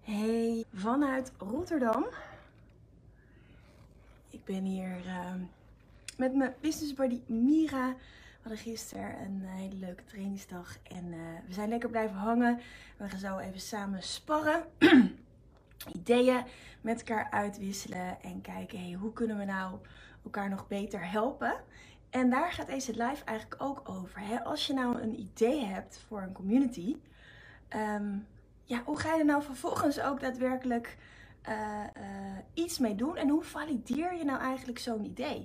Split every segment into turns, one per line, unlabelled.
Hey, vanuit Rotterdam. Ik ben hier met mijn business buddy Mira. We hadden gisteren een hele leuke trainingsdag en we zijn lekker blijven hangen. We gaan zo even samen sparren, ideeën met elkaar uitwisselen en kijken hey, hoe kunnen we nou elkaar nog beter helpen. En daar gaat deze live eigenlijk ook over. Hè? Als je nou een idee hebt voor een community, hoe ga je er nou vervolgens ook daadwerkelijk iets mee doen? En hoe valideer je nou eigenlijk zo'n idee?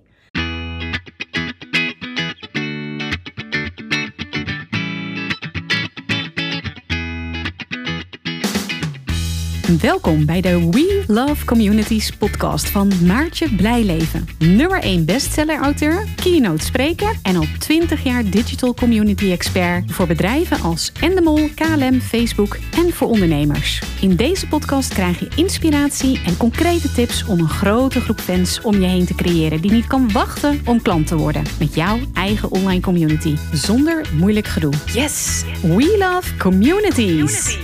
Welkom bij de We Love Communities podcast van Maartje Blijleven. Nummer 1 bestseller-auteur, keynote spreker en al 20 jaar digital community expert voor bedrijven als Endemol, KLM, Facebook en voor ondernemers. In deze podcast krijg je inspiratie en concrete tips om een grote groep fans om je heen te creëren die niet kan wachten om klant te worden met jouw eigen online community. Zonder moeilijk gedoe. Yes! We Love Communities!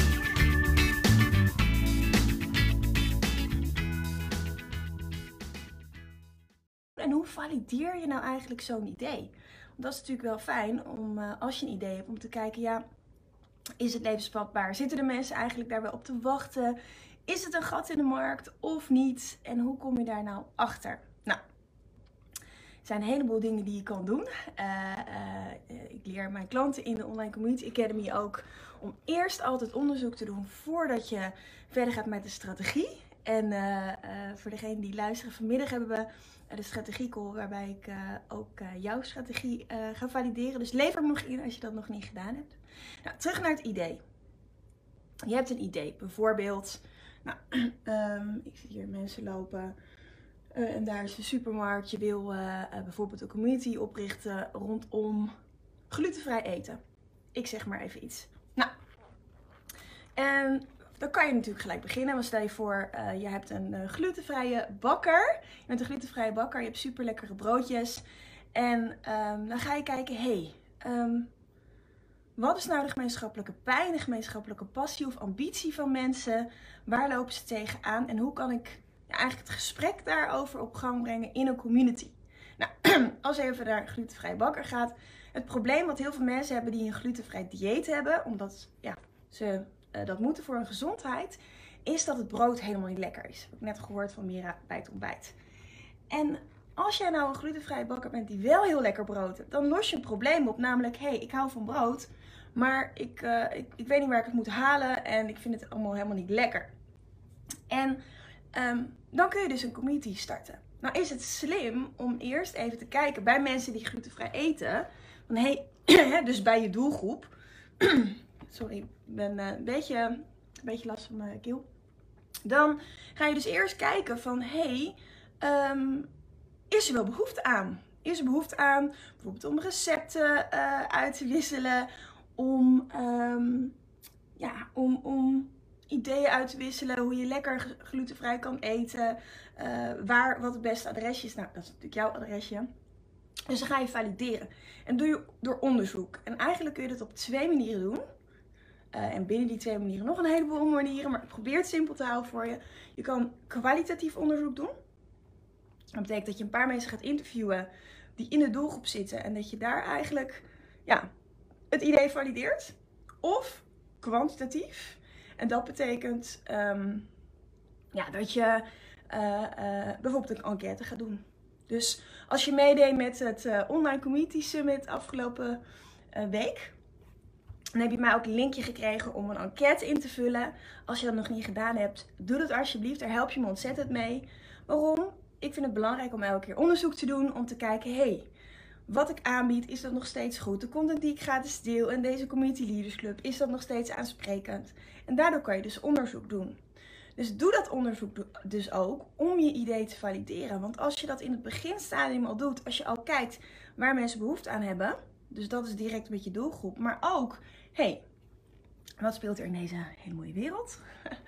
En hoe valideer je nou eigenlijk zo'n idee? Want dat is natuurlijk wel fijn om, als je een idee hebt, om te kijken, ja, is het levensvatbaar? Zitten de mensen eigenlijk daar wel op te wachten? Is het een gat in de markt of niet? En hoe kom je daar nou achter? Nou, er zijn een heleboel dingen die je kan doen. Ik leer mijn klanten in de Online Community Academy ook om eerst altijd onderzoek te doen voordat je verder gaat met de strategie. En voor degenen die luisteren, vanmiddag hebben we de strategiecall waarbij ik ook jouw strategie ga valideren. Dus lever me nog in als je dat nog niet gedaan hebt. Nou, terug naar het idee. Je hebt een idee. Bijvoorbeeld, ik zie hier mensen lopen en daar is de supermarkt. Je wil bijvoorbeeld een community oprichten rondom glutenvrij eten. Ik zeg maar even iets. Nou, en dan kan je natuurlijk gelijk beginnen. Want stel je voor, je hebt een glutenvrije bakker. Je bent een glutenvrije bakker, je hebt super lekkere broodjes. En dan ga je kijken, wat is nou de gemeenschappelijke pijn, de gemeenschappelijke passie of ambitie van mensen? Waar lopen ze tegenaan? En hoe kan ik eigenlijk het gesprek daarover op gang brengen in een community? Nou, als je even naar een glutenvrije bakker gaat. Het probleem wat heel veel mensen hebben die een glutenvrij dieet hebben, omdat ze dat moeten voor hun gezondheid, is dat het brood helemaal niet lekker is. Dat heb ik net gehoord van Mira bij het ontbijt. En als jij nou een glutenvrije bakker bent die wel heel lekker brood hebt, dan los je een probleem op. Namelijk, ik hou van brood, maar ik weet niet waar ik het moet halen en ik vind het allemaal helemaal niet lekker. En dan kun je dus een community starten. Nou is het slim om eerst even te kijken bij mensen die glutenvrij eten. Van dus bij je doelgroep. Sorry, ik ben een beetje last van mijn keel. Dan ga je dus eerst kijken van, is er wel behoefte aan? Is er behoefte aan bijvoorbeeld om recepten uit te wisselen, om ideeën uit te wisselen, hoe je lekker glutenvrij kan eten, wat het beste adresje is. Nou, dat is natuurlijk jouw adresje. Dus dan ga je valideren. En doe je door onderzoek. En eigenlijk kun je dat op 2 manieren doen. En binnen die 2 manieren nog een heleboel manieren. Maar probeer het simpel te houden voor je. Je kan kwalitatief onderzoek doen. Dat betekent dat je een paar mensen gaat interviewen die in de doelgroep zitten. En dat je daar eigenlijk het idee valideert. Of kwantitatief. En dat betekent dat je bijvoorbeeld een enquête gaat doen. Dus als je meedeed met het Online Community Summit afgelopen week, dan heb je mij ook een linkje gekregen om een enquête in te vullen. Als je dat nog niet gedaan hebt, doe dat alsjeblieft. Daar help je me ontzettend mee. Waarom? Ik vind het belangrijk om elke keer onderzoek te doen. Om te kijken, wat ik aanbied, is dat nog steeds goed? De content die ik gratis deel in deze Community Leaders Club, is dat nog steeds aansprekend? En daardoor kan je dus onderzoek doen. Dus doe dat onderzoek dus ook om je idee te valideren. Want als je dat in het beginstadium al doet, als je al kijkt waar mensen behoefte aan hebben, dus dat is direct met je doelgroep, maar ook, wat speelt er in deze hele mooie wereld?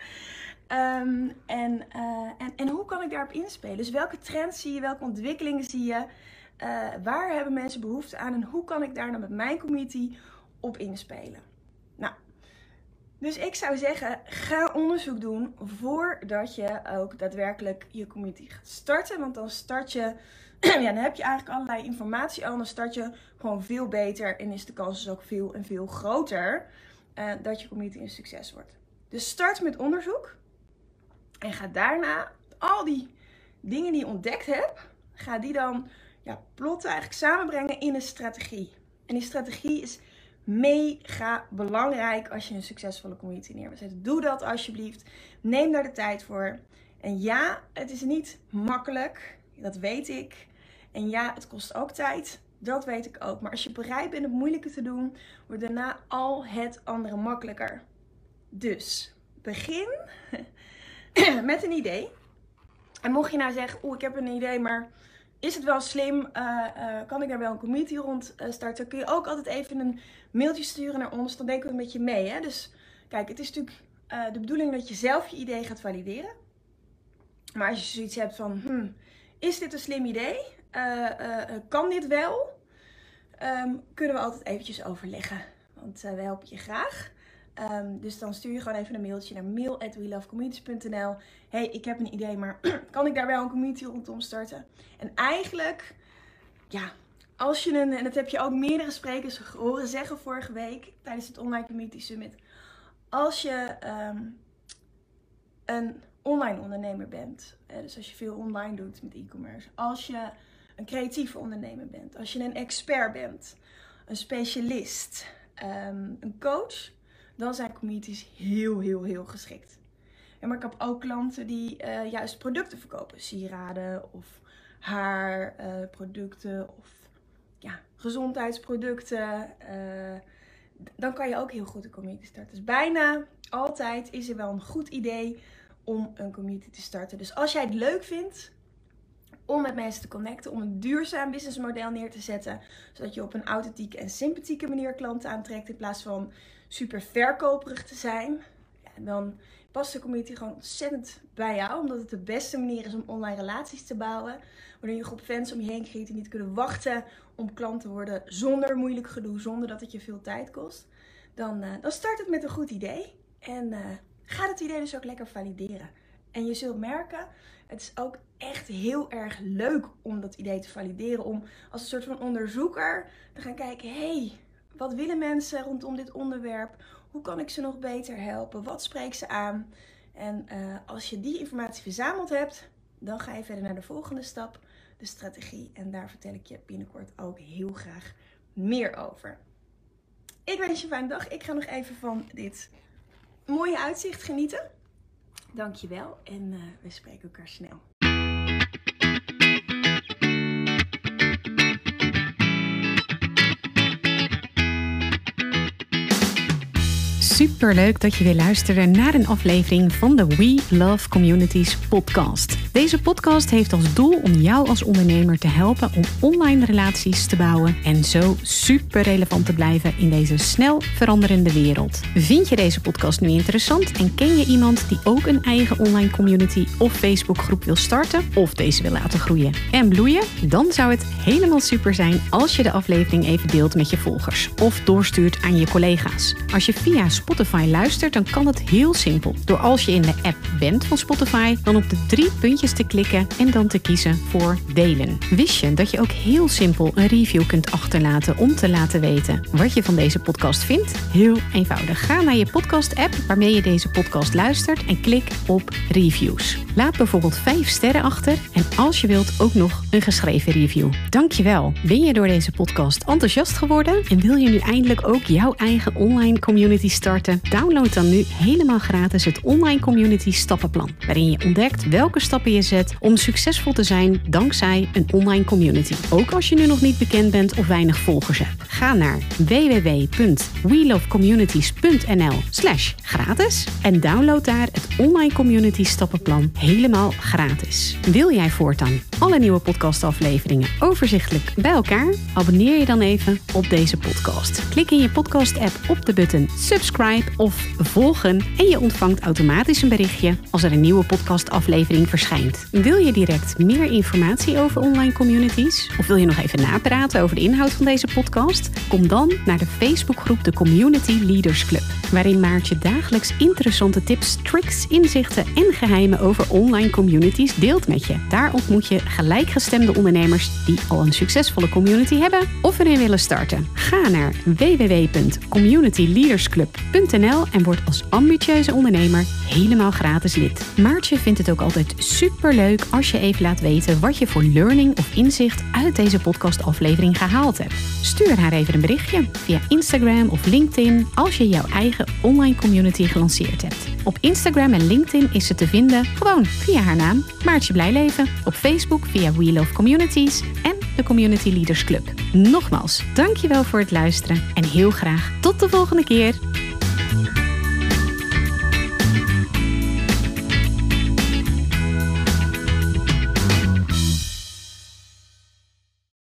En hoe kan ik daarop inspelen? Dus welke trends zie je, welke ontwikkelingen zie je? Waar hebben mensen behoefte aan en hoe kan ik daar nou met mijn community op inspelen? Nou, Dus ik zou zeggen, ga onderzoek doen voordat je ook daadwerkelijk je community gaat starten. Want dan start je, dan heb je eigenlijk allerlei informatie al. Dan start je gewoon veel beter en is de kans dus ook veel en veel groter dat je community een succes wordt. Dus start met onderzoek en ga daarna al die dingen die je ontdekt hebt, ga die dan plotten, eigenlijk samenbrengen in een strategie. En die strategie is mega belangrijk als je een succesvolle community neer wil zetten. Doe dat alsjeblieft. Neem daar de tijd voor. En ja, het is niet makkelijk. Dat weet ik. En ja, het kost ook tijd. Dat weet ik ook. Maar als je bereid bent het moeilijke te doen, wordt daarna al het andere makkelijker. Dus begin met een idee. En mocht je nou zeggen, ik heb een idee, maar is het wel slim? Kan ik daar wel een community rond starten? Kun je ook altijd even een mailtje sturen naar ons. Dan denken we met je mee. Hè? Dus kijk, het is natuurlijk de bedoeling dat je zelf je idee gaat valideren. Maar als je zoiets hebt van, is dit een slim idee? Kan dit wel? Kunnen we altijd eventjes overleggen. Want we helpen je graag. Dus dan stuur je gewoon even een mailtje naar mail@welovecommunities.nl. Hey, ik heb een idee, maar kan ik daar wel een community rondom starten? En eigenlijk, als je en dat heb je ook meerdere sprekers horen zeggen vorige week tijdens het Online Community Summit. Als je een online ondernemer bent, dus als je veel online doet met e-commerce. Als je een creatieve ondernemer bent, als je een expert bent, een specialist, een coach, dan zijn communities heel, heel, heel geschikt. Ja, maar ik heb ook klanten die juist producten verkopen. Sieraden of haarproducten of gezondheidsproducten. Dan kan je ook heel goed een community starten. Dus bijna altijd is er wel een goed idee om een community te starten. Dus als jij het leuk vindt om met mensen te connecten, om een duurzaam businessmodel neer te zetten, zodat je op een authentieke en sympathieke manier klanten aantrekt in plaats van super verkoperig te zijn, dan past de community gewoon ontzettend bij jou, omdat het de beste manier is om online relaties te bouwen, waardoor je een groep fans om je heen creëert die niet kunnen wachten om klant te worden zonder moeilijk gedoe, zonder dat het je veel tijd kost. Dan start het met een goed idee en ga het idee dus ook lekker valideren. En je zult merken, het is ook echt heel erg leuk om dat idee te valideren, om als een soort van onderzoeker te gaan kijken, wat willen mensen rondom dit onderwerp? Hoe kan ik ze nog beter helpen? Wat spreekt ze aan? En als je die informatie verzameld hebt, dan ga je verder naar de volgende stap, de strategie. En daar vertel ik je binnenkort ook heel graag meer over. Ik wens je een fijne dag. Ik ga nog even van dit mooie uitzicht genieten. Dankjewel en we spreken elkaar snel.
Superleuk dat je weer luisterde naar een aflevering van de We Love Communities podcast. Deze podcast heeft als doel om jou als ondernemer te helpen om online relaties te bouwen en zo super relevant te blijven in deze snel veranderende wereld. Vind je deze podcast nu interessant en ken je iemand die ook een eigen online community of Facebookgroep wil starten of deze wil laten groeien en bloeien? Dan zou het helemaal super zijn als je de aflevering even deelt met je volgers of doorstuurt aan je collega's. Als je via Spotify luistert, dan kan het heel simpel. Door als je in de app bent van Spotify, dan op de 3 puntjes te klikken en dan te kiezen voor delen. Wist je dat je ook heel simpel een review kunt achterlaten om te laten weten wat je van deze podcast vindt? Heel eenvoudig. Ga naar je podcast app waarmee je deze podcast luistert en klik op reviews. Laat bijvoorbeeld 5 sterren achter en als je wilt ook nog een geschreven review. Dankjewel. Ben je door deze podcast enthousiast geworden en wil je nu eindelijk ook jouw eigen online community starten? Download dan nu helemaal gratis het Online Community Stappenplan, waarin je ontdekt welke stappen je zet om succesvol te zijn dankzij een online community. Ook als je nu nog niet bekend bent of weinig volgers hebt. Ga naar www.welovecommunities.nl/gratis en download daar het Online Community Stappenplan helemaal gratis. Wil jij voortaan alle nieuwe podcastafleveringen overzichtelijk bij elkaar? Abonneer je dan even op deze podcast. Klik in je podcast-app op de button subscribe of volgen en je ontvangt automatisch een berichtje als er een nieuwe podcastaflevering verschijnt. Wil je direct meer informatie over online communities? Of wil je nog even napraten over de inhoud van deze podcast? Kom dan naar de Facebookgroep de Community Leaders Club, waarin Maartje dagelijks interessante tips, tricks, inzichten en geheimen over online communities deelt met je. Daar ontmoet je gelijkgestemde ondernemers die al een succesvolle community hebben of erin willen starten. Ga naar www.communityleadersclub.nl en word als ambitieuze ondernemer helemaal gratis lid. Maartje vindt het ook altijd superleuk als je even laat weten wat je voor learning of inzicht uit deze podcastaflevering gehaald hebt. Stuur haar even een berichtje via Instagram of LinkedIn als je jouw eigen online community gelanceerd hebt. Op Instagram en LinkedIn is ze te vinden gewoon via haar naam, Maartje Blijleven. Op Facebook via We Love Communities en de Community Leaders Club. Nogmaals, dankjewel voor het luisteren en heel graag tot de volgende keer.